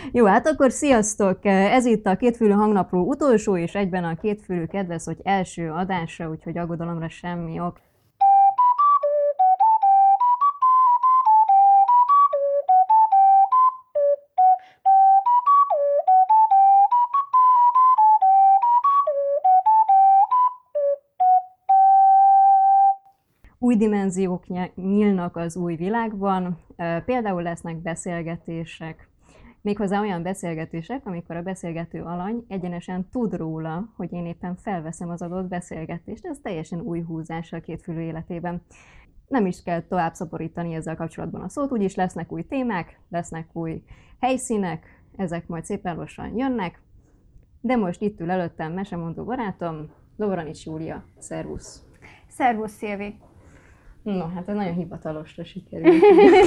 Jó, hát akkor sziasztok! Ez itt a Kétfülű Hangnapló utolsó és egyben a Kétfülű kedvesz, hogy első adása, úgyhogy aggodalomra semmi ok. Új dimenziók nyílnak az új világban, például lesznek beszélgetések, méghozzá olyan beszélgetések, amikor a beszélgető alany egyenesen tud róla, hogy én éppen felveszem az adott beszélgetést. Ez teljesen új húzás a Kétfülű életében. Nem is kell tovább szaporítani ezzel kapcsolatban a szót, úgyis lesznek új témák, lesznek új helyszínek, ezek majd szépen lassan jönnek. De most itt ül előttem mesemondó barátom, Lovranics Júlia. Szervusz! Szervusz, Szilvi! No, hát ez nagyon hivatalosra sikerült.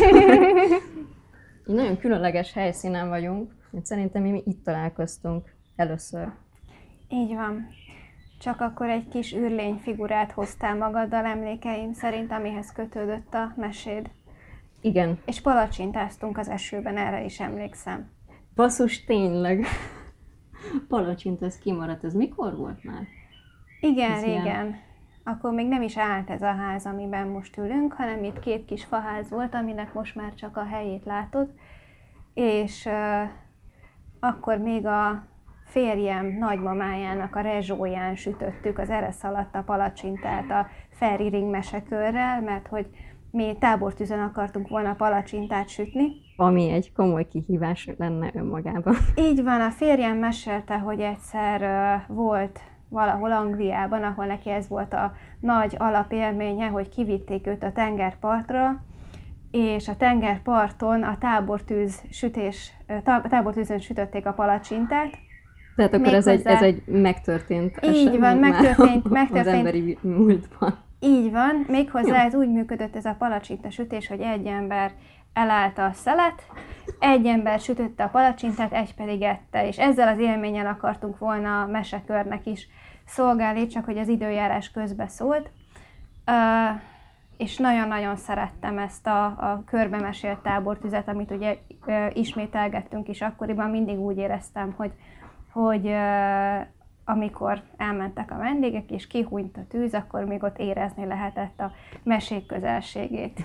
Egy nagyon különleges helyszínen vagyunk, szerintem mi itt találkoztunk először. Így van. Csak akkor egy kis űrlény figurát hoztál magaddal emlékeim szerint, amihez kötődött a meséd. Igen. És palacsintáztunk az esőben, erre is emlékszem. Basszus, tényleg. Palacsint, ez kimaradt. Ez mikor volt már? Igen, ez régen. Ilyen... Akkor még nem is állt ez a ház, amiben most ülünk, hanem itt két kis faház volt, aminek most már csak a helyét látod. És akkor még a férjem nagymamájának a rezsóján sütöttük az eresz alatt a palacsintát a Fairy Ring mesekörrel, mert hogy mi tábortűzön akartunk volna palacsintát sütni. Ami egy komoly kihívás lenne önmagában. Így van, a férjem mesélte, hogy egyszer volt valahol Angliában, ahol neki ez volt a nagy alapélménye, hogy kivitték őt a tengerpartra, és a tengerparton a tábortűzön sütötték a palacsintát. Tehát akkor ez egy megtörtént esemény. Így van, megtörtént az emberi múltban. Így van, méghozzá ez úgy működött ez a palacsinta sütés, hogy egy ember elállta a szelet, egy ember sütötte a palacsintát, egy pedig ette, és ezzel az élménnyel akartunk volna a mesekörnek is szolgálni, csak hogy az időjárás közbe szólt. És nagyon-nagyon szerettem ezt a körbe mesélt tábortüzet, amit ugye ismételgettünk is akkoriban, mindig úgy éreztem, hogy amikor elmentek a vendégek és kihúnyt a tűz, akkor még ott érezni lehetett a mesék közelségét.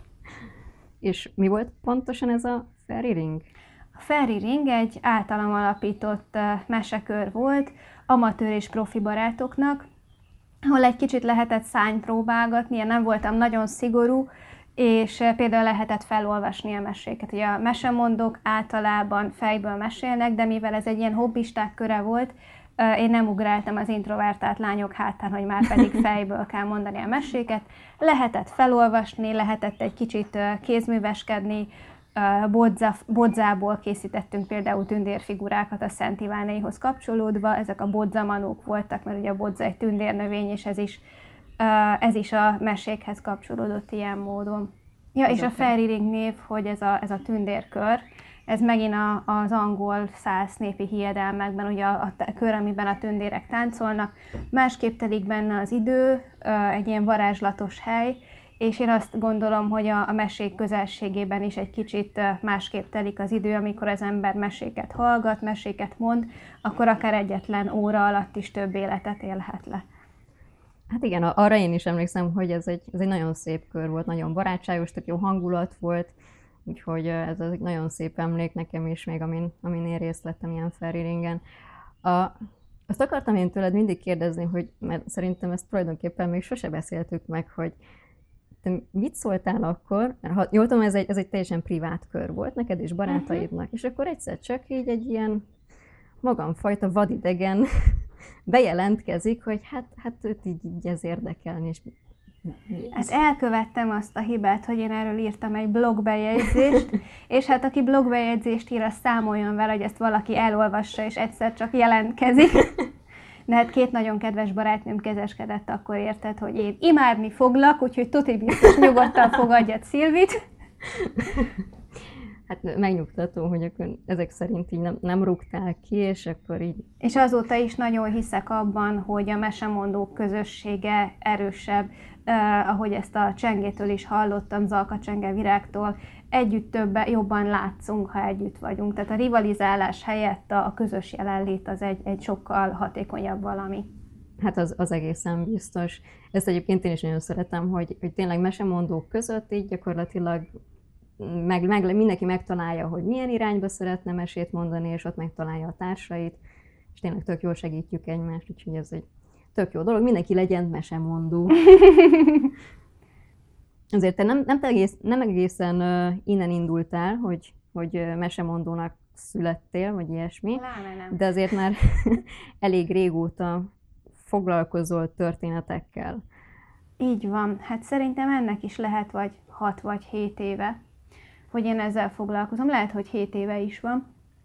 És mi volt pontosan ez a Fairy Ring? A Fairy Ring egy általam alapított mesekör volt, amatőr és profi barátoknak, ahol egy kicsit lehetett szánypróbálgatni, én nem voltam nagyon szigorú, és például lehetett felolvasni a meséket. Ugye a mesemondók általában fejből mesélnek, de mivel ez egy ilyen hobbisták köre volt, én nem ugráltam az introvertált lányok hátán, hogy már pedig fejből kell mondani a meséket. Lehetett felolvasni, lehetett egy kicsit kézműveskedni, bodzából készítettünk például tündérfigurákat a Szent Ivánéhoz kapcsolódva, ezek a bodzamanók voltak, mert ugye a bodza egy tündérnövény, és ez is a mesékhez kapcsolódott ilyen módon. Ja, és a Fairy Ring név, hogy ez a tündérkör, ez megint az angol szász népi hiedelmekben, ugye a kör, amiben a tündérek táncolnak, másképp telik benne az idő, egy ilyen varázslatos hely, és én azt gondolom, hogy a mesék közelségében is egy kicsit másképp telik az idő, amikor az ember meséket hallgat, meséket mond, akkor akár egyetlen óra alatt is több életet élhet le. Hát igen, arra én is emlékszem, hogy ez egy nagyon szép kör volt, nagyon barátságos, tök jó hangulat volt, úgyhogy ez egy nagyon szép emlék nekem is, még amin én részt vettem ilyen Fairy Ringen. Azt akartam én tőled mindig kérdezni, hogy, mert szerintem ezt tulajdonképpen még sose beszéltük meg, hogy te mit szóltál akkor, mert ha jól tudom, ez egy teljesen privát kör volt neked és barátaidnak, és akkor egyszer csak így egy ilyen magamfajta vadidegen bejelentkezik, hogy hát őt így ez érdekelni, és hát elkövettem azt a hibát, hogy én erről írtam egy blogbejegyzést, és hát aki blogbejegyzést ír, az számoljon vele, hogy ezt valaki elolvassa, és egyszer csak jelentkezik. De hát két nagyon kedves barátnőm kezeskedett, akkor érted, hogy én imádni foglak, úgyhogy tuti biztos nyugodtan fogadjad Szilvit. Hát megnyugtató, hogy akkor ezek szerint így nem rúgtál ki, és akkor így... És azóta is nagyon hiszek abban, hogy a mesemondók közössége erősebb, ahogy ezt a Csengétől is hallottam, Zalka Csenge Virágtól, együtt jobban látszunk, ha együtt vagyunk. Tehát a rivalizálás helyett a közös jelenlét az egy sokkal hatékonyabb valami. Hát az egészen biztos. Ezt egyébként én is nagyon szeretem, hogy tényleg mesemondók között így gyakorlatilag mindenki megtalálja, hogy milyen irányba szeretne mesét mondani, és ott megtalálja a társait, és tényleg tök jól segítjük egymást, úgyhogy ez egy tök jó dolog. Mindenki legyen mesemondó. Azért te nem egészen innen indultál, hogy mesemondónak születtél, vagy ilyesmi, Nem. de azért már elég régóta foglalkozol történetekkel. Így van. Hát szerintem ennek is lehet vagy 6 vagy 7 éve, hogy én ezzel foglalkozom. Lehet, hogy 7 éve is van.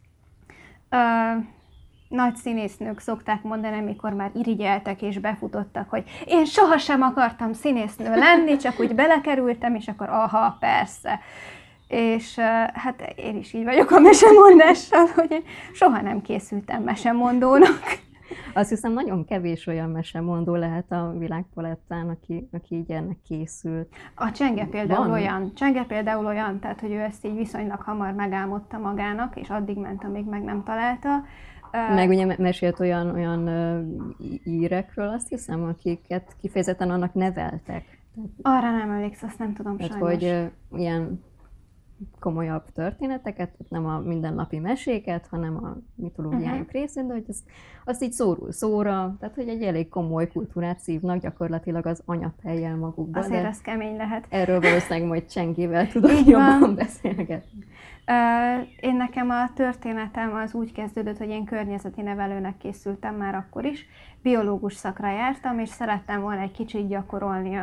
Nagy színésznők szokták mondani, amikor már irigyeltek és befutottak, hogy én sohasem akartam színésznő lenni, csak úgy belekerültem, és akkor aha, persze. És hát én is így vagyok a mesemondással, hogy én soha nem készültem mesemondónak. Azt hiszem, nagyon kevés olyan mesemondó lehet a világpalettán, aki így ennek készült. A Csenge például olyan, tehát hogy ő ezt így viszonylag hamar megálmodta magának, és addig ment, amíg meg nem találta. Meg ugye mesélt olyan írekről, azt hiszem, akiket kifejezetten annak neveltek. Arra nem emlékszem, azt nem tudom tehát, sajnos. hogy ilyen komolyabb történeteket, nem a mindennapi meséket, hanem a mitológiájuk részén, de hogy azt így szóról szóra, tehát hogy egy elég komoly kultúrát szívnak gyakorlatilag az anyatejjel magukba. Azért az kemény lehet. Erről valószínűleg majd Csengével tudok jobban beszélgetni. Én nekem a történetem az úgy kezdődött, hogy én környezeti nevelőnek készültem már akkor is. Biológus szakra jártam, és szerettem volna egy kicsit gyakorolni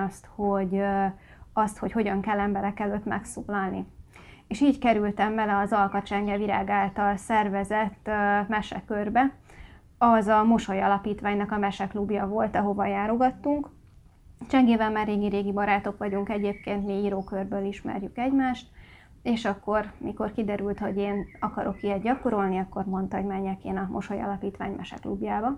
azt, hogy hogyan kell emberek előtt megszólalni. És így kerültem bele az Alka Csenge Virág által szervezett mesekörbe. Az a Mosoly Alapítványnak a meseklubja volt, ahova járogattunk. Csengével már régi barátok vagyunk, egyébként mi írókörből ismerjük egymást, és akkor, mikor kiderült, hogy én akarok ilyet gyakorolni, akkor mondta, hogy menjek én a Mosoly Alapítvány meseklubjába.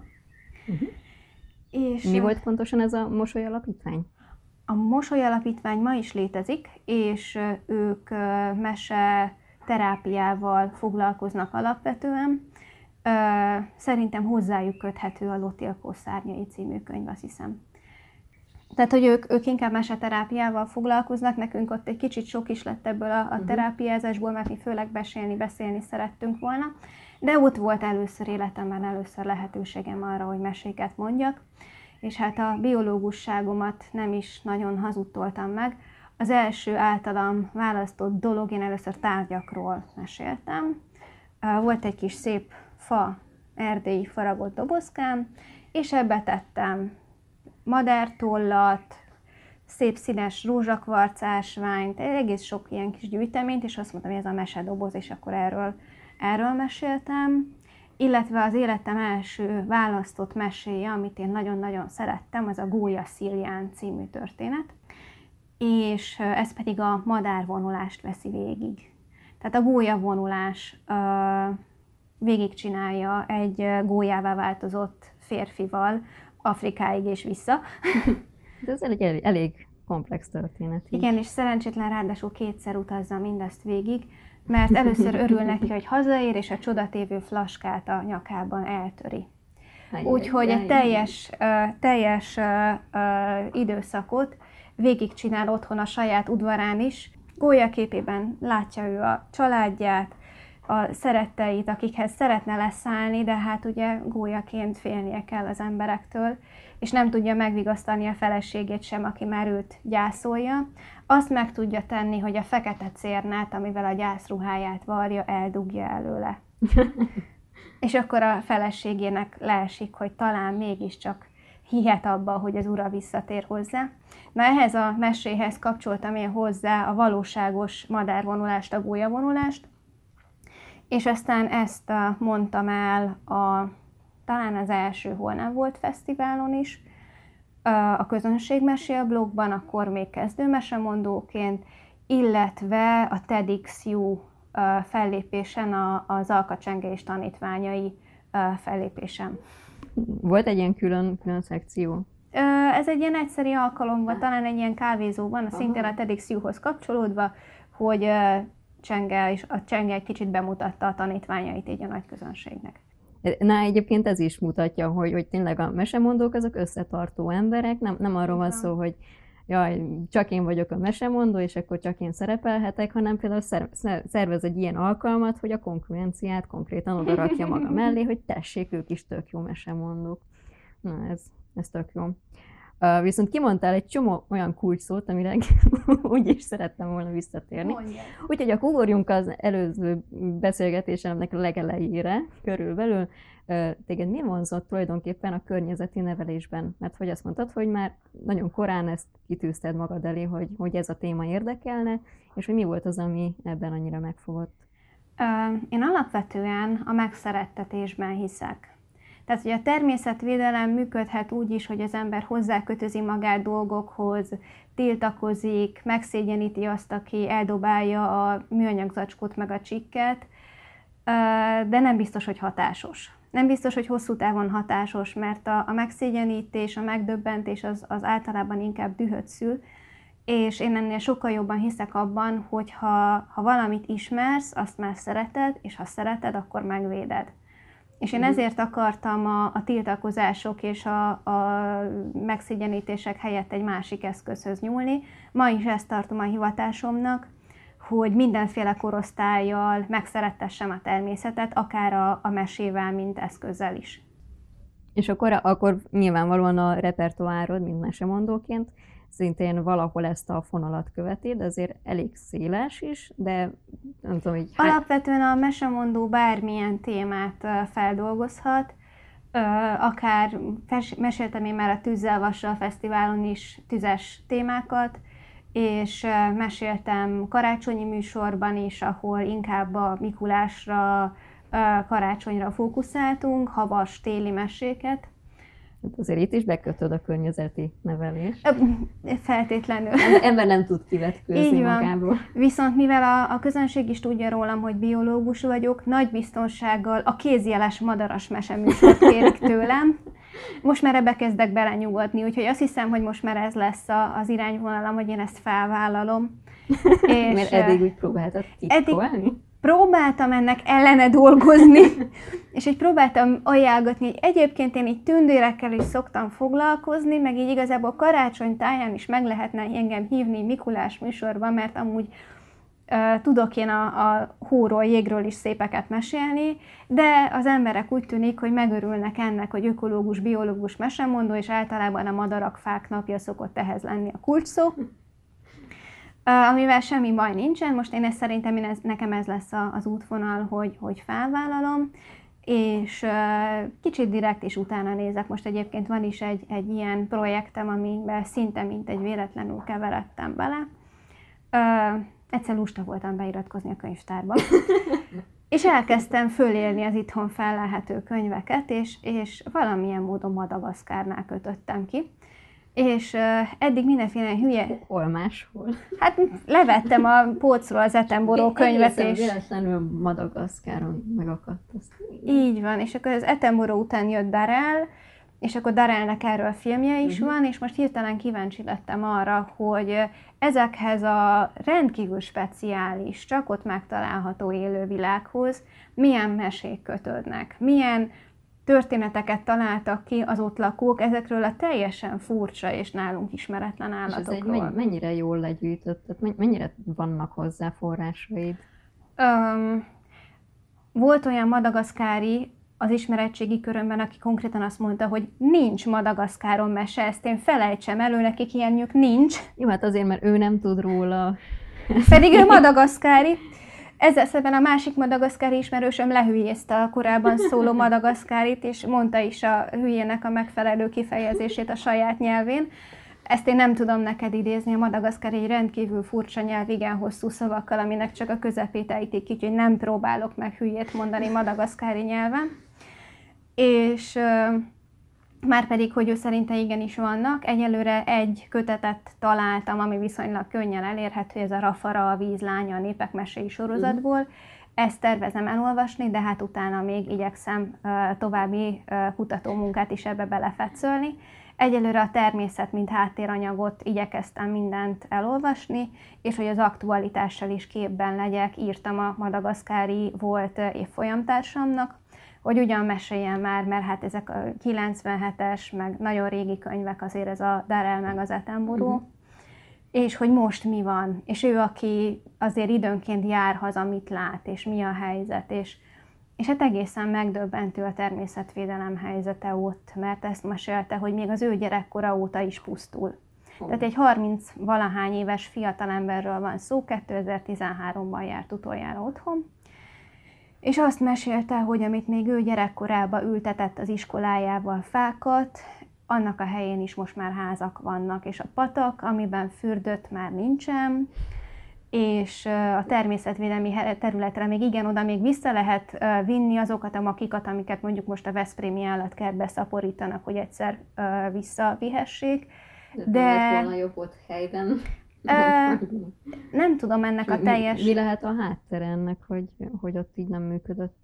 És mi volt pontosan ez a Mosoly Alapítvány? A Mosoly Alapítvány ma is létezik, és ők mese terápiával foglalkoznak alapvetően. Szerintem hozzájuk köthető a Lotilkó szárnyai című könyv, azt hiszem. Tehát, hogy ők inkább meseterápiával foglalkoznak, nekünk ott egy kicsit sok is lett ebből a terápiázásból, mert mi főleg beszélni szerettünk volna. De ott volt először lehetőségem arra, hogy meséket mondjak. És hát a biológusságomat nem is nagyon hazudtoltam meg. Az első általam választott dolog, én először tárgyakról meséltem. Volt egy kis szép fa, erdélyi faragott dobozkám, és ebbe tettem madártollat, szép színes rózsakvarcásványt, egész sok ilyen kis gyűjteményt, és azt mondtam, hogy ez a mesedoboz, és akkor erről meséltem. Illetve az életem első választott meséje, amit én nagyon-nagyon szerettem, az a Gólya Szilián című történet, és ez pedig a madárvonulást veszi végig. Tehát a gólyavonulás végigcsinálja egy gólyává változott férfival Afrikáig és vissza. De ez egy elég komplex történet. Igen, és szerencsétlen ráadásul 2-szer utazza mindezt végig, mert először örül neki, hogy hazaér, és a csodatévő flaskát a nyakában eltöri. Úgyhogy egy teljes időszakot végigcsinál otthon a saját udvarán is. Gólyaképében látja ő a családját, a szeretteit, akikhez szeretne leszállni, de hát ugye gólyaként félnie kell az emberektől, és nem tudja megvigasztalni a feleségét sem, aki már őt gyászolja. Azt meg tudja tenni, hogy a fekete cérnát, amivel a gyászruháját varja, eldugja előle. És akkor a feleségének leesik, hogy talán mégiscsak hihet abba, hogy az ura visszatér hozzá. Na ehhez a meséhez kapcsoltam én hozzá a valóságos madárvonulást, a gólyavonulást, és aztán ezt mondtam el talán az első Hol nem volt fesztiválon is, a Közönségmesél blogban, akkor még kezdőmesemondóként, illetve a TEDxU fellépésen, az Alka Csenge és tanítványai fellépésen. Volt egy ilyen külön szekció? Ez egy ilyen egyszeri alkalom volt, talán egy ilyen kávézóban, szintén a TEDxU-hoz kapcsolódva, hogy Csenge egy kicsit bemutatta a tanítványait így a nagy közönségnek. Na, egyébként ez is mutatja, hogy tényleg a mesemondók azok összetartó emberek, nem arról van szó, hogy jaj, csak én vagyok a mesemondó, és akkor csak én szerepelhetek, hanem például szervez egy ilyen alkalmat, hogy a konkurenciát konkrétan oda rakja maga mellé, hogy tessék, ők is tök jó mesemondók. Na, ez tök jó. Viszont kimondtál egy csomó olyan kulcsszót, amire úgyis szerettem volna visszatérni. Úgyhogy akkor ugorjunk az előző beszélgetésemnek a legelejére körülbelül. Téged mi vonzott tulajdonképpen a környezeti nevelésben? Mert hogy azt mondtad, hogy már nagyon korán ezt kitűzted magad elé, hogy ez a téma érdekelne, és hogy mi volt az, ami ebben annyira megfogott? Én alapvetően a megszerettetésben hiszek. Tehát, hogy a természetvédelem működhet úgy is, hogy az ember hozzákötözi magát dolgokhoz, tiltakozik, megszégyeníti azt, aki eldobálja a műanyag zacskót meg a csikket, de nem biztos, hogy hatásos. Nem biztos, hogy hosszú távon hatásos, mert a megszégyenítés, a megdöbbentés az általában inkább dühöt szül, és én ennél sokkal jobban hiszek abban, hogy ha valamit ismersz, azt már szereted, és ha szereted, akkor megvéded. És én ezért akartam a tiltakozások és a megszégyenítések helyett egy másik eszközhöz nyúlni. Ma is ezt tartom a hivatásomnak, hogy mindenféle korosztállyal megszerettessem a természetet, akár a mesével, mint eszközzel is. És akkor nyilvánvalóan a repertoárod, mint mesemondóként, szintén valahol ezt a fonalat követi, de azért elég széles is, de nem tudom, így... Alapvetően a mesemondó bármilyen témát feldolgozhat, akár meséltem én már a Tűzzel Vassal Fesztiválon is tüzes témákat, és meséltem karácsonyi műsorban is, ahol inkább a Mikulásra, karácsonyra fókuszáltunk, havas téli meséket. Azért itt is bekötöd a környezeti nevelést. Feltétlenül. Ember nem tud kivetkőzni magából. Viszont mivel a közönség is tudja rólam, hogy biológus vagyok, nagy biztonsággal a kézjeles madaras meseműsort kérik tőlem. Most már ebbe kezdek belenyugodni, úgyhogy azt hiszem, hogy most már ez lesz az irányvonalam, hogy én ezt felvállalom. És mert eddig úgy próbáltad titkolni? Próbáltam ennek ellene dolgozni, és így próbáltam ajánlgatni, hogy egyébként én így tündérekkel is szoktam foglalkozni, meg így igazából karácsony táján is meg lehetne engem hívni Mikulás műsorban, mert amúgy tudok én a hóról, jégről is szépeket mesélni, de az emberek úgy tűnik, hogy megörülnek ennek, hogy ökológus, biológus mesemondó, és általában a madarak, fák napja szokott ehhez lenni a kulcsszó. Amivel semmi baj nincsen, most én szerintem nekem ez lesz az útvonal, hogy felvállalom, és kicsit direkt is utána nézek. Most egyébként van is egy ilyen projektem, amiben szinte mint egy véletlenül keveredtem bele. Egyszer lusta voltam beiratkozni a könyvtárba, és elkezdtem fölélni az itthon fellelhető könyveket, és valamilyen módon Madagaszkárnál kötöttem ki. És eddig mindenféle hülye... Hol máshol? Hát levettem a polcról az Attenborough könyvet, és... Véletlenül Madagaszkáron megakadt. Így van, és akkor az Attenborough után jött Darrell, és akkor Darrellnek erről filmje is van, és most hirtelen kíváncsi lettem arra, hogy ezekhez a rendkívül speciális, csak ott megtalálható élővilághoz milyen mesék kötődnek, milyen történeteket találtak ki az ott lakók ezekről a teljesen furcsa és nálunk ismeretlen állatokról. És ez mennyire jól legyűjtött? Tehát mennyire vannak hozzá forrásaid? Volt olyan madagaszkári az ismeretségi körömben, aki konkrétan azt mondta, hogy nincs Madagaszkáron mese, ezt én felejtsem elő, nekik ilyenjük nincs. Jó, hát azért, mert ő nem tud róla. Pedig ő madagaszkári. Ezzel szemben a másik madagaszkári ismerősöm lehülyézte a korábban szóló madagaszkárit, és mondta is a hülyének a megfelelő kifejezését a saját nyelvén. Ezt én nem tudom neked idézni, a madagaszkári egy rendkívül furcsa nyelv, igen hosszú szavakkal, aminek csak a közepét ejtik ki, úgyhogy nem próbálok meg hülyét mondani madagaszkári nyelven. És márpedig, hogy ő szerinte igenis vannak, egyelőre egy kötetet találtam, ami viszonylag könnyen elérhető, ez a Rafara, a vízlánya, a népek meséi sorozatból. Ezt tervezem elolvasni, de hát utána még igyekszem további kutatómunkát is ebbe belefetszölni. Egyelőre a természet, mint háttéranyagot igyekeztem mindent elolvasni, és hogy az aktualitással is képben legyek, írtam a madagaszkári volt évfolyamtársamnak, hogy ugyan meséljen már, mert hát ezek a 97-es, meg nagyon régi könyvek, azért ez a Darrell meg az Attenborough, és hogy most mi van, és ő, aki azért időnként jár haza, mit lát, és mi a helyzet, és hát egészen megdöbbentő a természetvédelem helyzete ott, mert ezt mesélte, hogy még az ő gyerekkora óta is pusztul. Tehát egy 30-valahány éves fiatalemberről van szó, 2013-ban járt utoljára otthon, és azt mesélte, hogy amit még ő gyerekkorában ültetett az iskolájával fákat, annak a helyén is most már házak vannak, és a patak, amiben fürdött, már nincsen, és a természetvédelmi területre még igen, oda még vissza lehet vinni azokat a makikat, amiket mondjuk most a veszprémi állatkertbe szaporítanak, hogy egyszer visszavihessék. De volna jobb ott helyben. Nem tudom ennek a teljes... Mi lehet a háttere ennek, hogy ott így nem működött?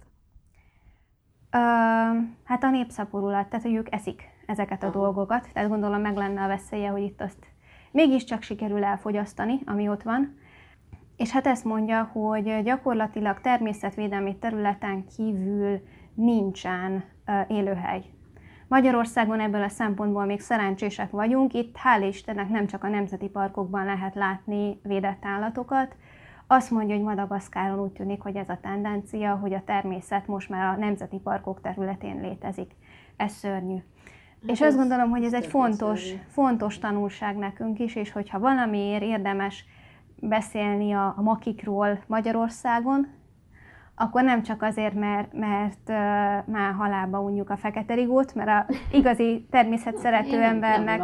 Hát a népszaporulat, tehát hogy ők eszik ezeket a dolgokat, tehát gondolom meg lenne a veszélye, hogy itt azt mégiscsak sikerül elfogyasztani, ami ott van. És hát ezt mondja, hogy gyakorlatilag természetvédelmi területen kívül nincsen élőhely. Magyarországon ebből a szempontból még szerencsések vagyunk, itt hál' Istennek nem csak a nemzeti parkokban lehet látni védett állatokat. Azt mondja, hogy Madagaszkáron úgy tűnik, hogy ez a tendencia, hogy a természet most már a nemzeti parkok területén létezik. Ez szörnyű. Hát és azt gondolom, hogy ez egy fontos tanulság nekünk is, és hogyha valamiért érdemes beszélni a makikról Magyarországon, akkor nem csak azért, mert már halálba unjuk a fekete rigót, mert a igazi természetszerető embernek...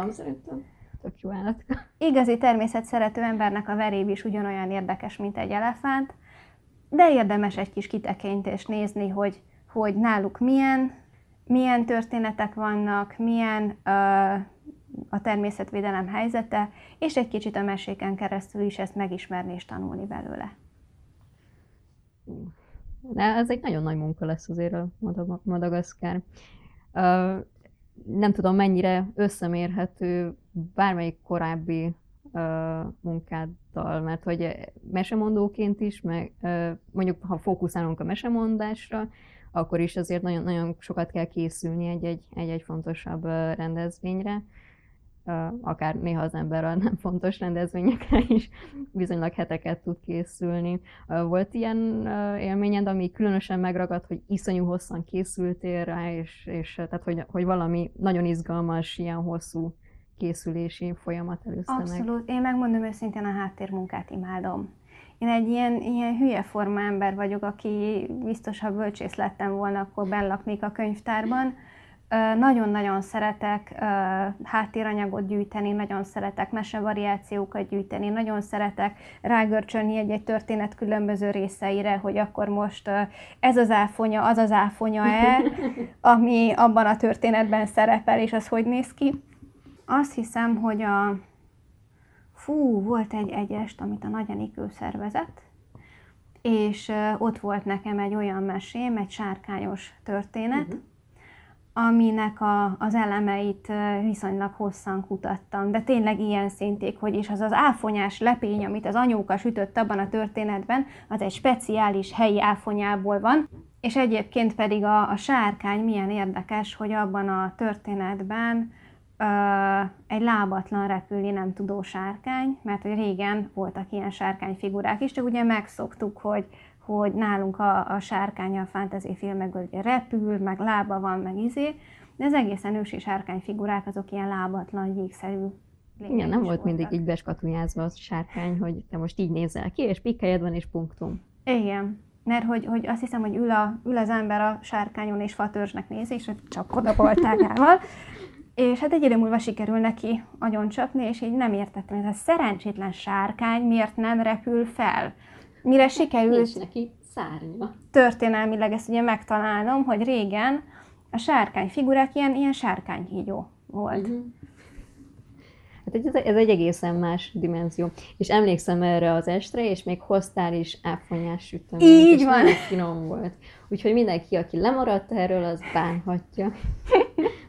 Igazi természetszerető embernek a veréb is ugyanolyan érdekes, mint egy elefánt, de érdemes egy kis kitekintést nézni, hogy náluk milyen történetek vannak, milyen a természetvédelem helyzete, és egy kicsit a meséken keresztül is ezt megismerni és tanulni belőle. De ez egy nagyon nagy munka lesz azért a Madagaszkár. Nem tudom, mennyire összemérhető bármelyik korábbi munkáddal, mert hogy mesemondóként is, meg mondjuk ha fókuszálunk a mesemondásra, akkor is azért nagyon, nagyon sokat kell készülni egy fontosabb rendezvényre. Akár néha az ember a nem fontos rendezvényekre is bizonylag heteket tud készülni. Volt ilyen élményed, ami különösen megragadt, hogy iszonyú hosszan készültél rá, és tehát hogy valami nagyon izgalmas, ilyen hosszú készülési folyamat előzte meg? Abszolút. Én megmondom őszintén, a háttérmunkát imádom. Én egy ilyen hülye forma ember vagyok, aki biztos, ha bölcsész lettem volna, akkor bennlaknék a könyvtárban. Nagyon-nagyon szeretek háttéranyagot gyűjteni, nagyon szeretek mesevariációkat gyűjteni, nagyon szeretek rágörcsölni egy történet különböző részeire, hogy akkor most ez az áfonya, az az áfonya-e, ami abban a történetben szerepel, és az hogy néz ki. Azt hiszem, hogy volt egy est, amit a Nagy Enikő szervezett, és ott volt nekem egy olyan mesém, egy sárkányos történet, aminek az elemeit viszonylag hosszan kutattam, de tényleg ilyen szintig, hogy és az áfonyás lepény, amit az anyóka sütött abban a történetben, az egy speciális helyi áfonyából van, és egyébként pedig a sárkány milyen érdekes, hogy abban a történetben egy lábatlan repülni nem tudó sárkány, mert hogy régen voltak ilyen sárkányfigurák is, csak ugye megszoktuk, hogy nálunk a sárkány a fantasy filmekből ugye repül, meg lába van, meg de az egészen ősi sárkányfigurák azok ilyen lábatlan, gyíkszerű lények. Igen, nem volt mindig így beskatunyázva a sárkány, hogy te most így nézel ki, és pikkelyed van, és punktum. Igen, mert hogy azt hiszem, hogy ül az ember a sárkányon, és fatörzsnek nézi, és csak oda boltágával. És hát egy idő múlva sikerül neki agyoncsapni, és így nem értettem, hogy ez a szerencsétlen sárkány miért nem repül fel. Mire sikerült nincs neki szárnya. Történelmileg ezt ugye megtalálnom, hogy régen a sárkány figurák ilyen sárkánykígyó volt. Hát ez egy egészen más dimenzió. És emlékszem erre az estre, és még hoztál is áfonyás süteményt. Így és van. Nagyon finom volt. Úgyhogy mindenki, aki lemaradt erről, az bánhatja.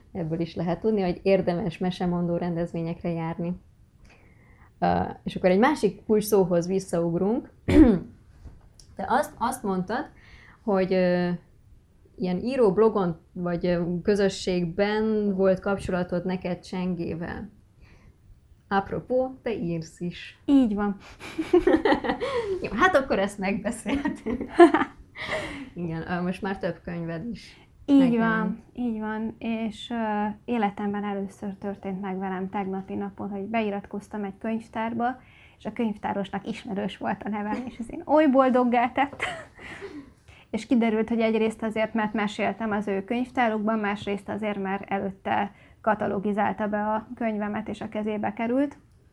ebből is lehet tudni, hogy érdemes mesemondó rendezvényekre járni. És akkor egy másik kulcs szóhoz visszaugrunk. Te azt mondtad, hogy ilyen író blogon vagy közösségben volt kapcsolatod neked Csengével. Apropó, te írsz is. Így van. Jó, hát akkor ezt megbeszéltünk. Igen, most már több könyved is. Így van, és életemben először történt meg velem tegnapi napon, hogy beiratkoztam egy könyvtárba, és a könyvtárosnak ismerős volt a nevem, és ez én oly boldoggá tett. És kiderült, hogy egyrészt azért, mert meséltem az ő könyvtárukban, másrészt azért, mert előtte katalogizálta be a könyvemet, és a kezébe került.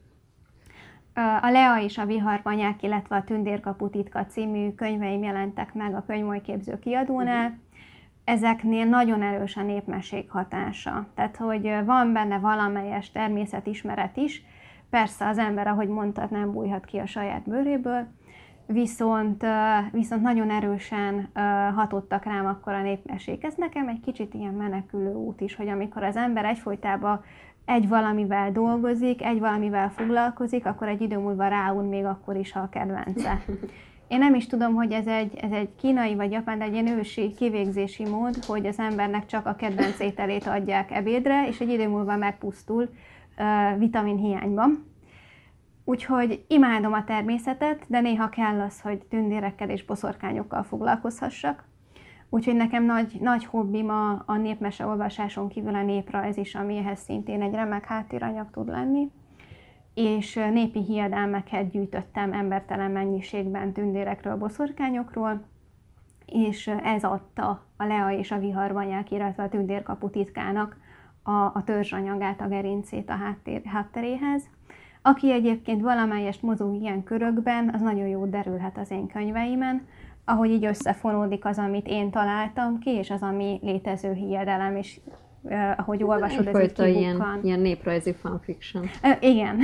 A Lea és a viharmanyák, illetve a Tündérkapu titka című könyveim jelentek meg a Könyvolyképző kiadónál. Ezeknél nagyon erős a népmesék hatása. Tehát, hogy van benne valamelyes természetismeret is. Persze az ember, ahogy mondtad, nem bújhat ki a saját bőréből, viszont nagyon erősen hatottak rám akkor a népmesék. Ez nekem egy kicsit ilyen menekülő út is, hogy amikor az ember egyfolytában egy valamivel dolgozik, egy valamivel foglalkozik, akkor egy idő múlva ráun még akkor is, ha a kedvence. Én nem is tudom, hogy ez egy kínai vagy japán, de egy ilyen ősi kivégzési mód, hogy az embernek csak a kedvenc ételét adják ebédre, és egy idő múlva megpusztul vitamin hiányban. Úgyhogy imádom a természetet, de néha kell az, hogy tündérekkel és boszorkányokkal foglalkozhassak. Úgyhogy nekem nagy hobbim a népmese olvasáson kívül a néprajz is, amihez szintén egy remek háttéranyag tud lenni. És népi hiedelmeket gyűjtöttem embertelen mennyiségben tündérekről, boszorkányokról, és ez adta a Lea és a viharmanyák, illetve a Tündérkapu titkának a törzsanyagát, a gerincét a hátteréhez. Aki egyébként valamelyest mozog ilyen körökben, az nagyon jól derülhet az én könyveimen, ahogy így összefonódik az, amit én találtam ki, és az, ami létező hiedelem, és ahogy olvasod, ez így kibukkan. Ilyen néprajzi fanfiction. Igen.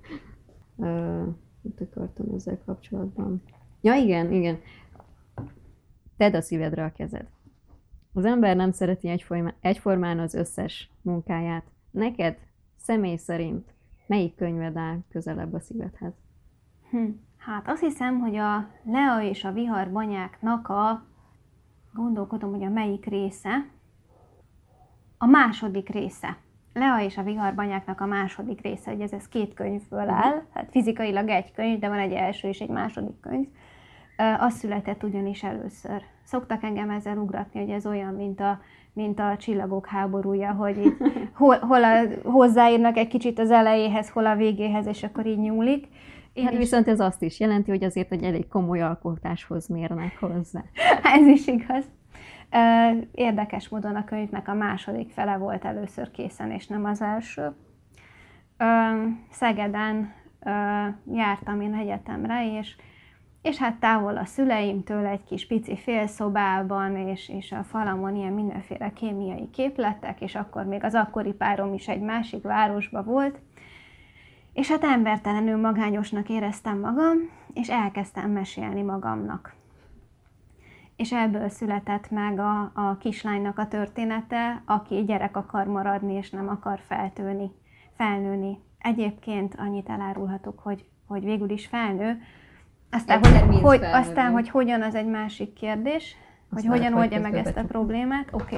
Mit akartam ezzel kapcsolatban? Ja, igen. Tedd a szívedre a kezed. Az ember nem szereti egyformán az összes munkáját. Neked személy szerint melyik könyved áll közelebb a szívedhez? Hát azt hiszem, hogy a Lea és a viharmanyáknak gondolkodom, hogy a melyik része, a második része. Lea és a viharmanyáknak a második része, hogy ez 2 könyvből áll, hát fizikailag egy könyv, de van egy első és egy második könyv. Az született ugyanis először. Szoktak engem ezzel ugratni, hogy ez olyan, mint a Csillagok háborúja, hogy így hol hozzáírnak egy kicsit az elejéhez, hol a végéhez, és akkor így nyúlik. Hát viszont ez azt is jelenti, hogy azért egy elég komoly alkotáshoz mérnek hozzá. Ez is igaz. Érdekes módon a könyvnek a második fele volt először készen, és nem az első. Szegeden jártam én egyetemre, és hát távol a szüleimtől egy kis pici félszobában, és a falamon ilyen mindenféle kémiai képletek, és akkor még az akkori párom is egy másik városba volt, és hát embertelenül magányosnak éreztem magam, és elkezdtem mesélni magamnak. És ebből született meg a kislánynak a története, aki gyerek akar maradni, és nem akar felnőni. Egyébként annyit elárulhatok, hogy végül is felnő. Aztán, hogy hogyan, az egy másik kérdés, hogy hogyan oldja meg ezt a problémát. Oké.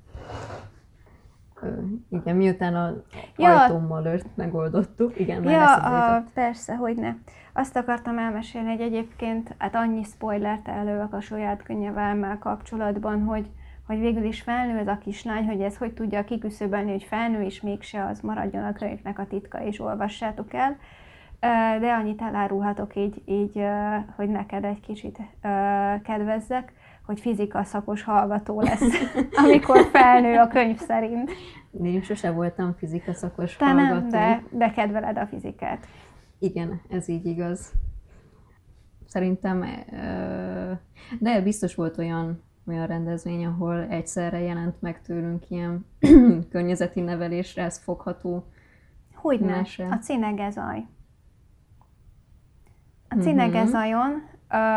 Igen, miután a ajtómmal megoldottuk. Igen, már persze, hogyne. Azt akartam elmesélni, hogy egyébként hát annyi spoilert elővek a saját könyvemmel kapcsolatban, hogy végül is felnő ez a kislány, hogy ez hogy tudja kiküszöbölni, hogy felnő, és mégse az maradjon a könyvnek a titka, és olvassátok el. De annyit elárulhatok így, hogy neked egy kicsit kedvezzek, hogy fizika szakos hallgató lesz, amikor felnő a könyv szerint. Én sose voltam fizika szakos hallgató. Nem, de kedveled a fizikát. Igen, ez így igaz. Szerintem, de biztos volt olyan rendezvény, ahol egyszerre jelent meg tőlünk ilyen környezeti nevelésre, ez fogható. Hogyne, a Cinegezaj. A Cinegezajon,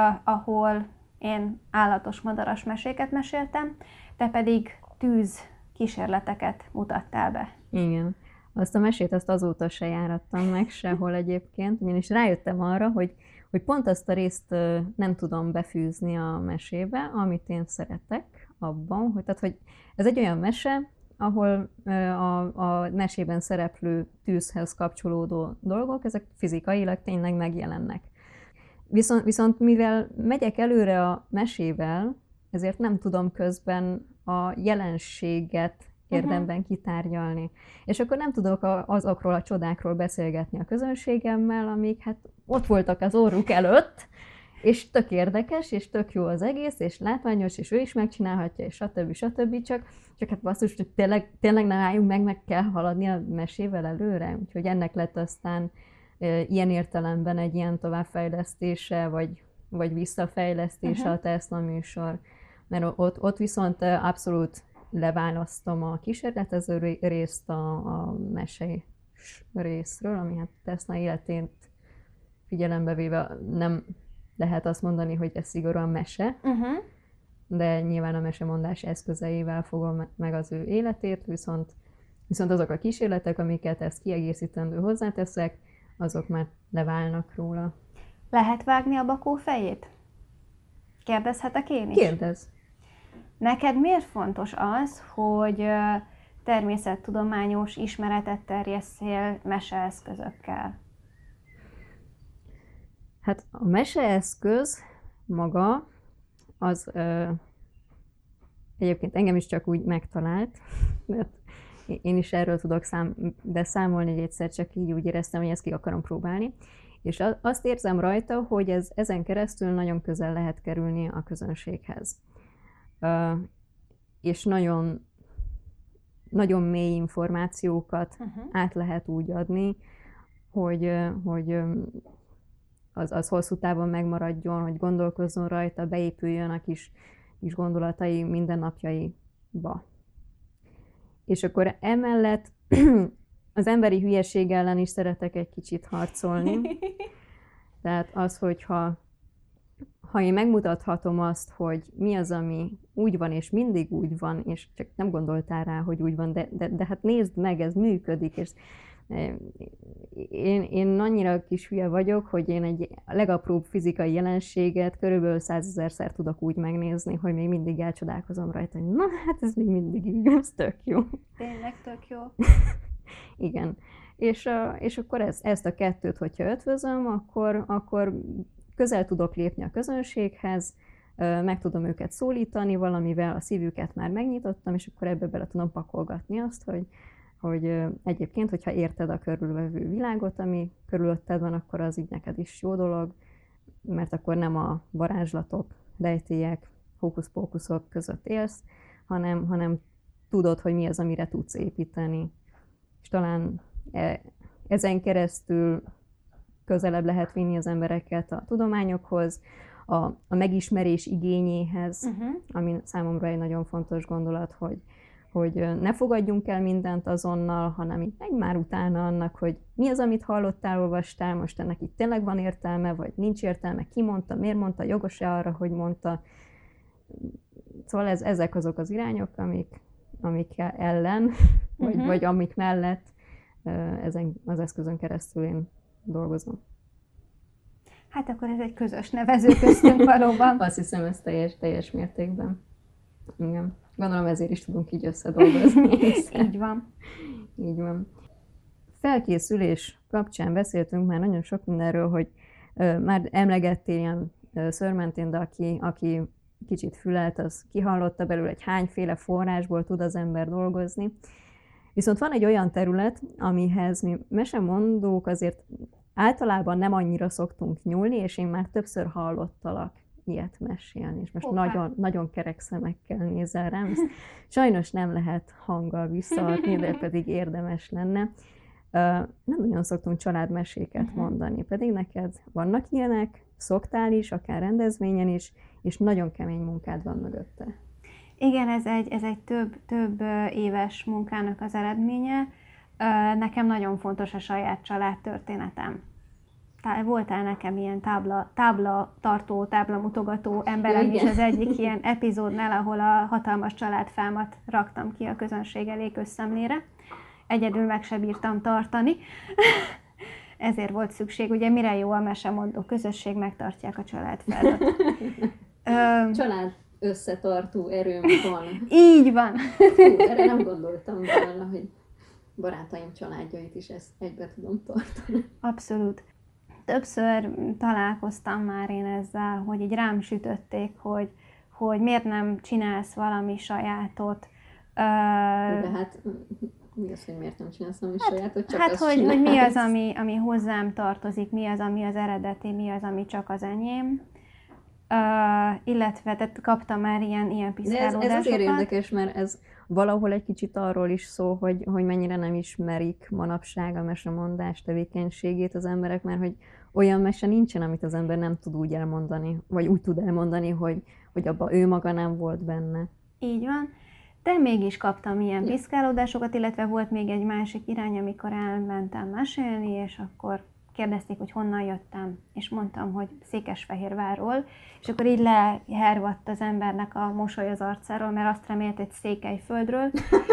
ahol én állatos madaras meséket meséltem, te pedig kísérleteket mutattál be. Igen. Azt a mesét azóta se járattam meg sehol egyébként, ugyanis rájöttem arra, hogy pont azt a részt nem tudom befűzni a mesébe, amit én szeretek abban, hogy ez egy olyan mese, ahol a mesében szereplő tűzhez kapcsolódó dolgok, ezek fizikailag tényleg megjelennek. Viszont mivel megyek előre a mesével, ezért nem tudom közben a jelenséget érdemben kitárgyalni. És akkor nem tudok azokról a csodákról beszélgetni a közönségemmel, amik hát ott voltak az orruk előtt, és tök érdekes, és tök jó az egész, és látványos, és ő is megcsinálhatja, és stb. Csak hát basszus, hogy tényleg nem álljunk meg kell haladni a mesével előre. Úgyhogy ennek lett aztán ilyen értelemben egy ilyen továbbfejlesztése, vagy visszafejlesztése a Tesla műsor. Mert ott viszont abszolút leválasztom a kísérletező részt a mesei részről, ami hát Tesla életét figyelembe véve nem lehet azt mondani, hogy ez szigorúan mese, de nyilván a mesemondás eszközeivel fogom meg az ő életét, viszont azok a kísérletek, amiket ezt kiegészítendő hozzáteszek, azok már leválnak róla. Lehet vágni a bakó fejét? Kérdezhetek én is? Kérdezz! Neked miért fontos az, hogy természettudományos ismeretet terjesszél meseeszközökkel? Hát a meseeszköz maga, az egyébként engem is csak úgy megtalált, mert én is erről tudok beszámolni, hogy egyszer csak így úgy éreztem, hogy ezt ki akarom próbálni. És azt érzem rajta, hogy ezen keresztül nagyon közel lehet kerülni a közönséghez. És nagyon, nagyon mély információkat át lehet úgy adni, hogy az hosszú távon megmaradjon, hogy gondolkozzon rajta, beépüljön a kis gondolatai mindennapjaiba. És akkor emellett az emberi hülyeség ellen is szeretek egy kicsit harcolni. Tehát az, hogyha én megmutathatom azt, hogy mi az, ami úgy van, és mindig úgy van, és csak nem gondoltál rá, hogy úgy van, de hát nézd meg, ez működik, és én annyira kis hülye vagyok, hogy én egy legapróbb fizikai jelenséget körülbelül 100 000-szer tudok úgy megnézni, hogy még mindig elcsodálkozom rajta, hogy na, hát ez még mindig így, ez tök jó. Tényleg tök jó. Igen. És akkor ezt a kettőt, hogyha ötvözöm, akkor közel tudok lépni a közönséghez, meg tudom őket szólítani valamivel, a szívüket már megnyitottam, és akkor ebbe bele tudom pakolgatni azt, hogy egyébként, hogyha érted a körülvevő világot, ami körülötted van, akkor az így neked is jó dolog, mert akkor nem a varázslatok, rejtélyek, hókusz-pókuszok között élsz, hanem tudod, hogy mi az, amire tudsz építeni. És talán ezen keresztül közelebb lehet vinni az embereket a tudományokhoz, a megismerés igényéhez, ami számomra egy nagyon fontos gondolat, hogy ne fogadjunk el mindent azonnal, hanem így megy már utána annak, hogy mi az, amit hallottál, olvastál, most ennek itt tényleg van értelme, vagy nincs értelme, ki mondta, miért mondta, jogos-e arra, hogy mondta. Szóval ezek azok az irányok, amik ellen, vagy amik mellett ezen az eszközön keresztül én dolgozom. Hát akkor ez egy közös nevező köztünk valóban. Azt hiszem, ez teljes mértékben. Igen. Gondolom ezért is tudunk így összedolgozni. Így van. Így van. Felkészülés kapcsán beszéltünk már nagyon sok mindenről, hogy már emlegettél ilyen szörmentén, de aki kicsit fülelt, az kihallotta belőle, hogy hányféle forrásból tud az ember dolgozni. Viszont van egy olyan terület, amihez mi mesemondók azért általában nem annyira szoktunk nyúlni, és én már többször hallottalak ilyet mesélni, és most nagyon, nagyon kerek szemekkel nézel rám. Ezt sajnos nem lehet hanggal visszaadni, de pedig érdemes lenne. Nem nagyon szoktunk családmeséket mondani, pedig neked vannak ilyenek, szoktál is, akár rendezvényen is, és nagyon kemény munkád van mögötte. Igen, ez egy több éves munkának az eredménye. Nekem nagyon fontos a saját családtörténetem. voltál nekem ilyen tábla tartó, tábla mutogató emberem is az egyik ilyen epizódnál, ahol a hatalmas családfámat raktam ki a közönség elé közszemlére. Egyedül meg se bírtam tartani. Ezért volt szükség, ugye mire jó a mesemondó közösség, megtartják a családfádat. Család összetartó erőm van. Így van. Erre nem gondoltam volna, hogy barátaim családjait is ezt egybe tudom tartani. Abszolút. Többször találkoztam már én ezzel, hogy így rám sütötték, hogy miért nem csinálsz valami sajátot. De hát mi az, hogy miért nem csinálsz valami sajátot, csak azt hogy mi az, ami hozzám tartozik, mi az, ami az eredeti, mi az, ami csak az enyém. Illetve tehát kaptam már ilyen piszkálódásokat. Ez azért érdekes, mert ez valahol egy kicsit arról is szól, hogy mennyire nem ismerik manapság a mesemondás tevékenységét az emberek, mert hogy olyan mese nincsen, amit az ember nem tud úgy elmondani, vagy úgy tud elmondani, hogy abban ő maga nem volt benne. Így van. De mégis kaptam ilyen piszkálódásokat, illetve volt még egy másik irány, amikor elmentem mesélni, és akkor kérdezték, hogy honnan jöttem, és mondtam, hogy Székesfehérvárról, és akkor így lehervadt az embernek a mosoly az arcáról, mert azt remélt egy Székelyföldről,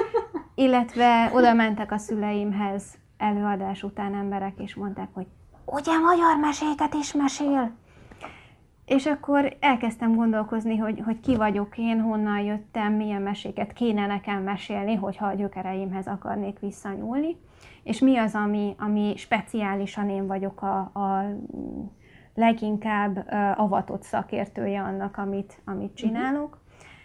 illetve oda mentek a szüleimhez előadás után emberek, és mondták, hogy ugye magyar meséket is mesél? És akkor elkezdtem gondolkozni, hogy ki vagyok én, honnan jöttem, milyen meséket kéne nekem mesélni, hogyha a gyökereimhez akarnék visszanyúlni, és mi az, ami speciálisan én vagyok a leginkább avatott szakértője annak, amit csinálok.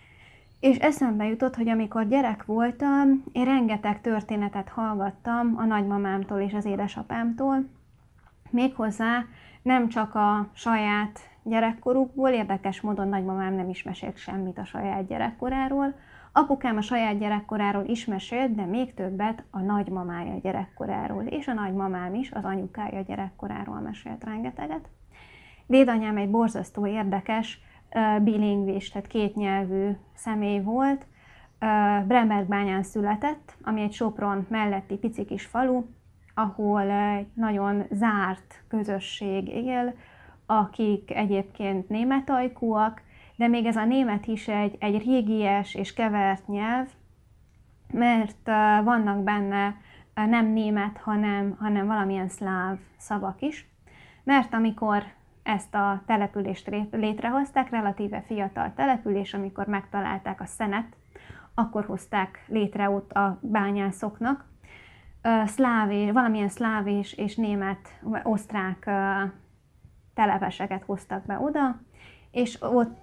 És eszembe jutott, hogy amikor gyerek voltam, én rengeteg történetet hallgattam a nagymamámtól és az édesapámtól, méghozzá nem csak a saját gyerekkorukból, érdekes módon nagymamám nem is mesélt semmit a saját gyerekkoráról. Apukám a saját gyerekkoráról is mesélt, de még többet a nagymamája gyerekkoráról, és a nagymamám is az anyukája gyerekkoráról mesélt rengeteget. Dédanyám egy borzasztó érdekes, bilingvis, tehát kétnyelvű személy volt. Brembergbányán született, ami egy Sopron melletti pici kis falu, ahol egy nagyon zárt közösség él, akik egyébként németajkúak, de még ez a német is egy régies és kevert nyelv, mert vannak benne nem német, hanem valamilyen szláv szavak is. Mert amikor ezt a települést létrehozták, relatíve fiatal település, amikor megtalálták a szenet, akkor hozták létre ott a bányászoknak. Valamilyen szláv és német, osztrák telepeseket hoztak be oda, és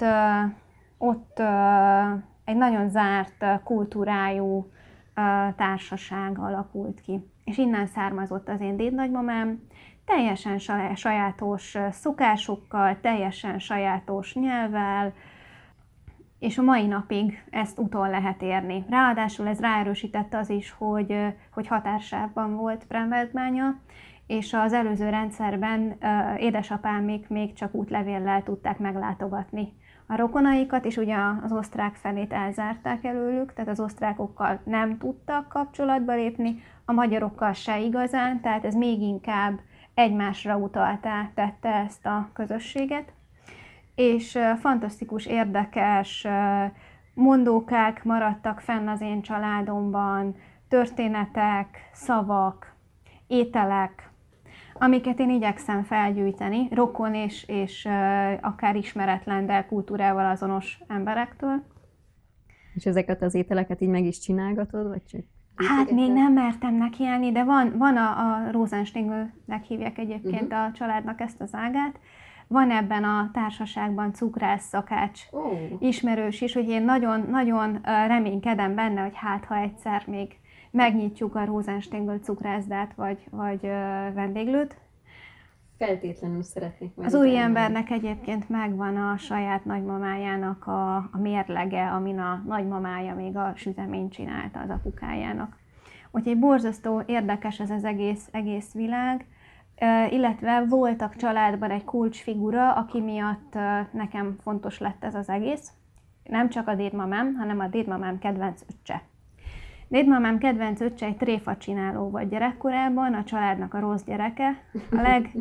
ott egy nagyon zárt kultúrájú társaság alakult ki. És innen származott az én dédnagymamám, teljesen sajátos szokásokkal, teljesen sajátos nyelvvel, és a mai napig ezt utol lehet érni. Ráadásul ez ráerősítette az is, hogy határsávban volt Brembergbánya, és az előző rendszerben édesapámék még csak útlevéllel tudták meglátogatni a rokonaikat, és ugye az osztrák felét elzárták előlük, tehát az osztrákokkal nem tudtak kapcsolatba lépni, a magyarokkal se igazán, tehát ez még inkább egymásra utaltá tette ezt a közösséget. És fantasztikus, érdekes mondókák maradtak fenn az én családomban, történetek, szavak, ételek, amiket én igyekszem felgyűjteni, rokon és akár ismeretlen, de kultúrával azonos emberektől. És ezeket az ételeket így meg is csinálgatod, vagy csak? Hát még nem mertem nekiállni, de van a Rosensteingelnek hívják egyébként a családnak ezt az ágát. Van ebben a társaságban cukrász szakács ismerős is, hogy én nagyon reménykedem benne, hogy hát ha egyszer még megnyitjuk a Rosensteingel cukrászdát vagy vendéglőt. Feltétlenül szeretnék meg. Az úriembernek egyébként megvan a saját nagymamájának a mérlege, amin a nagymamája még a süteményt csinálta az apukájának. Úgyhogy borzasztó érdekes ez az egész világ, illetve voltak családban egy kulcsfigura, aki miatt nekem fontos lett ez az egész. Nem csak a dédmamám, hanem a dédmamám kedvenc öccse. Dédmamám kedvenc öccse egy tréfa csináló volt gyerekkorában, a családnak a rossz gyereke, a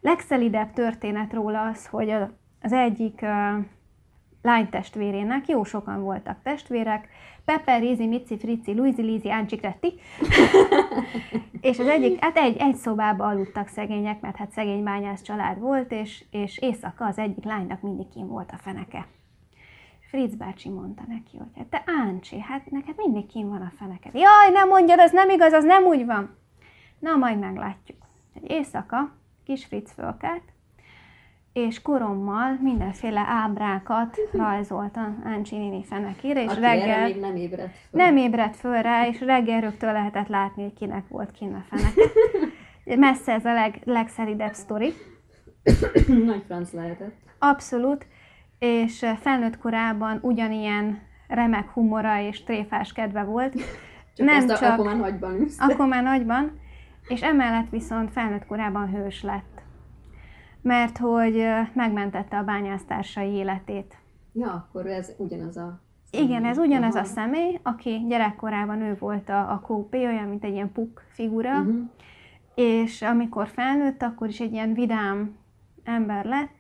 Legszelidebb történet róla az, hogy az egyik lánytestvérének, jó sokan voltak testvérek, Pepper, Rizi, Mici, Frici, Luizi, Lizi, Áncsi, Kretti, és az egyik, hát egy szobába aludtak szegények, mert hát szegény bányász család volt, és éjszaka az egyik lánynak mindig kín volt a feneke. Fritz bácsi mondta neki, hogy hát te Áncsi, hát neked mindig kín van a feneked. Jaj, nem mondjad, az nem igaz, az nem úgy van. Na, majd meglátjuk. Egy éjszaka kis Fritz fölkelt, és korommal mindenféle ábrákat rajzolta Áncsi néni fenekére, és reggel még nem ébredt föl. Nem ébredt föl rá, és reggel rögtön lehetett látni, hogy kinek volt kinn a feneke. Messze ez a legszeridebb sztori. Nagy franc lehetett. Abszolút, és felnőtt korában ugyanilyen remek humora és tréfás kedve volt. Akkor már nagyban űzte. Akkor már nagyban, és emellett viszont felnőtt korában hős lett. Mert hogy megmentette a bányásztársai életét. Ja, akkor ez ugyanaz a személy. Igen, ez ugyanaz a személy, aki gyerekkorában ő volt a kópé, olyan, mint egy ilyen puk figura, és amikor felnőtt, akkor is egy ilyen vidám ember lett,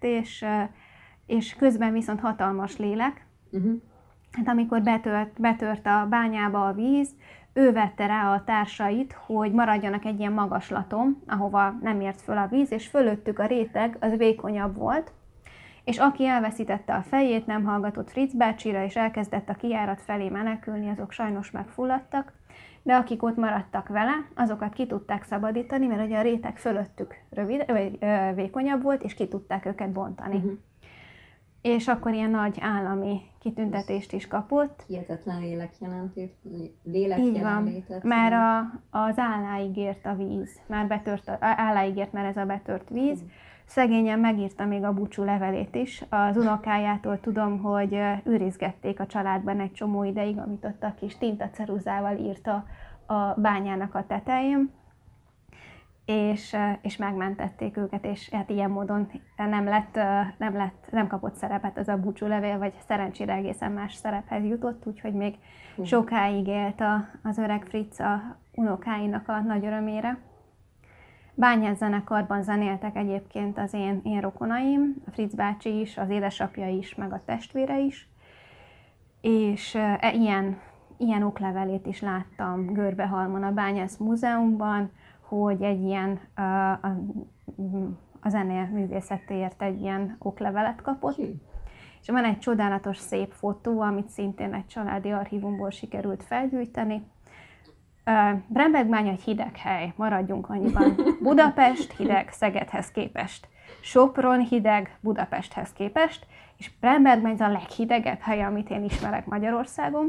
és közben viszont hatalmas lélek. Hát amikor betört a bányába a víz, ő vette rá a társait, hogy maradjanak egy ilyen magaslaton, ahova nem ért föl a víz, és fölöttük a réteg az vékonyabb volt, és aki elveszítette a fejét, nem hallgatott Fritz bácsira, és elkezdett a kijárat felé menekülni, azok sajnos megfulladtak, de akik ott maradtak vele, azokat ki tudták szabadítani, mert ugye a réteg fölöttük vékonyabb volt, és ki tudták őket bontani. És akkor ilyen nagy állami kitüntetést is kapott. Hihetetlen lélekjelenlétet. Így van, mert az álláig ért a víz, álláig ért már ez a betört víz. Szegényen megírta még a búcsú levelét is. Az unokájától tudom, hogy őrizgették a családban egy csomó ideig, amit ott a kis tintaceruzával írta a bányának a tetején. És megmentették őket, és hát ilyen módon nem kapott szerepet az a búcsúlevél, vagy szerencsére egészen más szerephez jutott, úgyhogy még sokáig élt az öreg Fritz a unokáinak a nagy örömére. Bányászzenekarban zenéltek egyébként az én rokonaim, a Fritz bácsi is, az édesapja is, meg a testvére is, és ilyen oklevelét is láttam Görbehalmon a Bányász Múzeumban, hogy egy ilyen a zeneművészetért egy ilyen oklevelet kapott. És van egy csodálatos szép fotó, amit szintén egy családi archívumból sikerült felgyűjteni. Brembergbánya egy hideg hely, maradjunk annyiban. Budapest hideg Szegedhez képest. Sopron hideg Budapesthez képest, és Brembergbánya a leghidegebb hely, amit én ismerek Magyarországon.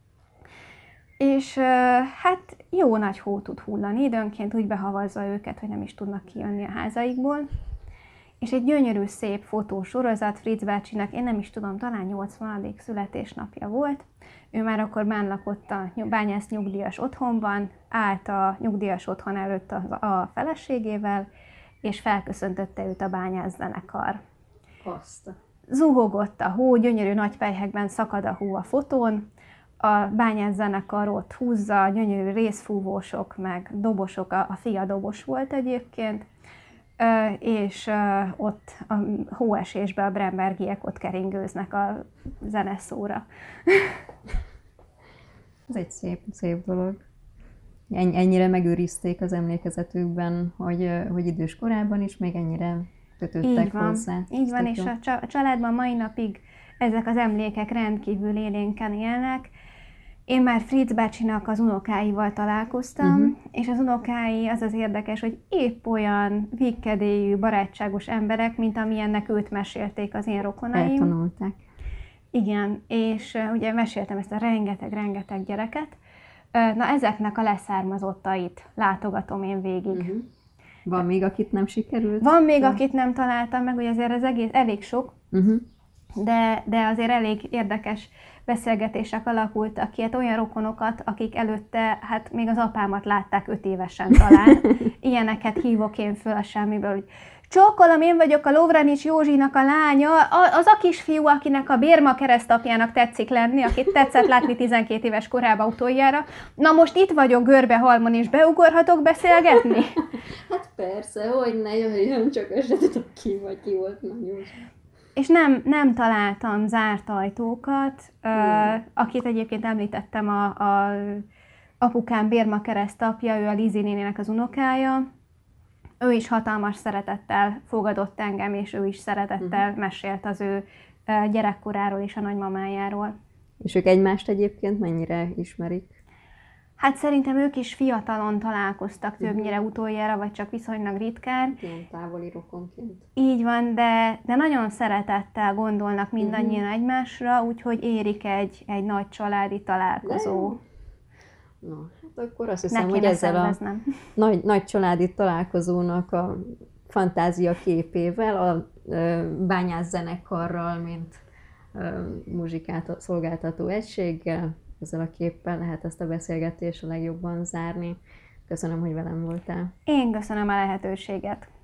És hát jó nagy hó tud hullani, időnként úgy behavazza őket, hogy nem is tudnak kijönni a házaikból. És egy gyönyörű, szép fotósorozat Fritz bácsinak, én nem is tudom, talán 80. születésnapja volt. Ő már akkor benn lakott a bányász nyugdíjas otthonban, állt a nyugdíjas otthon előtt a feleségével, és felköszöntötte őt a bányászzenekar. Zuhogott a hó, gyönyörű nagy pelyhekben szakad a hó a fotón, a bányászzenekar ott húzza, gyönyörű részfúvósok, meg dobosok, a fia dobos volt egyébként, és ott a hóesésben a brembergiek ott keringőznek a zeneszóra. Ez egy szép dolog. Ennyire megőrizték az emlékezetükben, hogy idős korában is még ennyire kötődtek hozzá. Így van, és a családban mai napig ezek az emlékek rendkívül élénken élnek. Én már Fritz bácsinak az unokáival találkoztam, és az unokái, az érdekes, hogy épp olyan vígkedélyű, barátságos emberek, mint amilyennek őt mesélték az én rokonaim. Eltanulták. Igen, és ugye meséltem ezt a rengeteg gyereket. Na, ezeknek a leszármazottait látogatom én végig. Van még, akit nem sikerült? Van még, akit nem találtam meg, ugye azért ez elég sok, de azért elég érdekes beszélgetések alakultak ki, hát olyan rokonokat, akik előtte, hát még az apámat látták 5 évesen talán. Ilyeneket hívok én föl a semmiből, hogy Csókolom, én vagyok a Lovranics Józsinak a lánya, az a kisfiú, akinek a Bérma keresztapjának tetszik lenni, akit tetszett látni 12 éves korában utoljára. Na most itt vagyok Görbe-Halmon, és beugorhatok beszélgetni? Hát persze, hogy ne jöjjön, csak azt se tudom ki volt nagyon. És nem találtam zárt ajtókat, akit egyébként említettem, a apukám Bérma keresztapja, ő a Lizi nénének az unokája. Ő is hatalmas szeretettel fogadott engem, és ő is szeretettel mesélt az ő gyerekkoráról és a nagymamájáról. És ők egymást egyébként mennyire ismerik? Hát szerintem ők is fiatalon találkoztak többnyire utoljára, vagy csak viszonylag ritkán. Ilyen távoli rokonként. Így van, de nagyon szeretettel gondolnak mindannyian egymásra, úgyhogy érik egy nagy családi találkozó. Na, hát akkor azt hiszem, hogy ezzel a nagy családi találkozónak a fantázia képével, a bányász zenekarral, mint muzsikát szolgáltató egységgel, ezzel a képpel lehet ezt a beszélgetést a legjobban zárni. Köszönöm, hogy velem voltál. Én köszönöm a lehetőséget.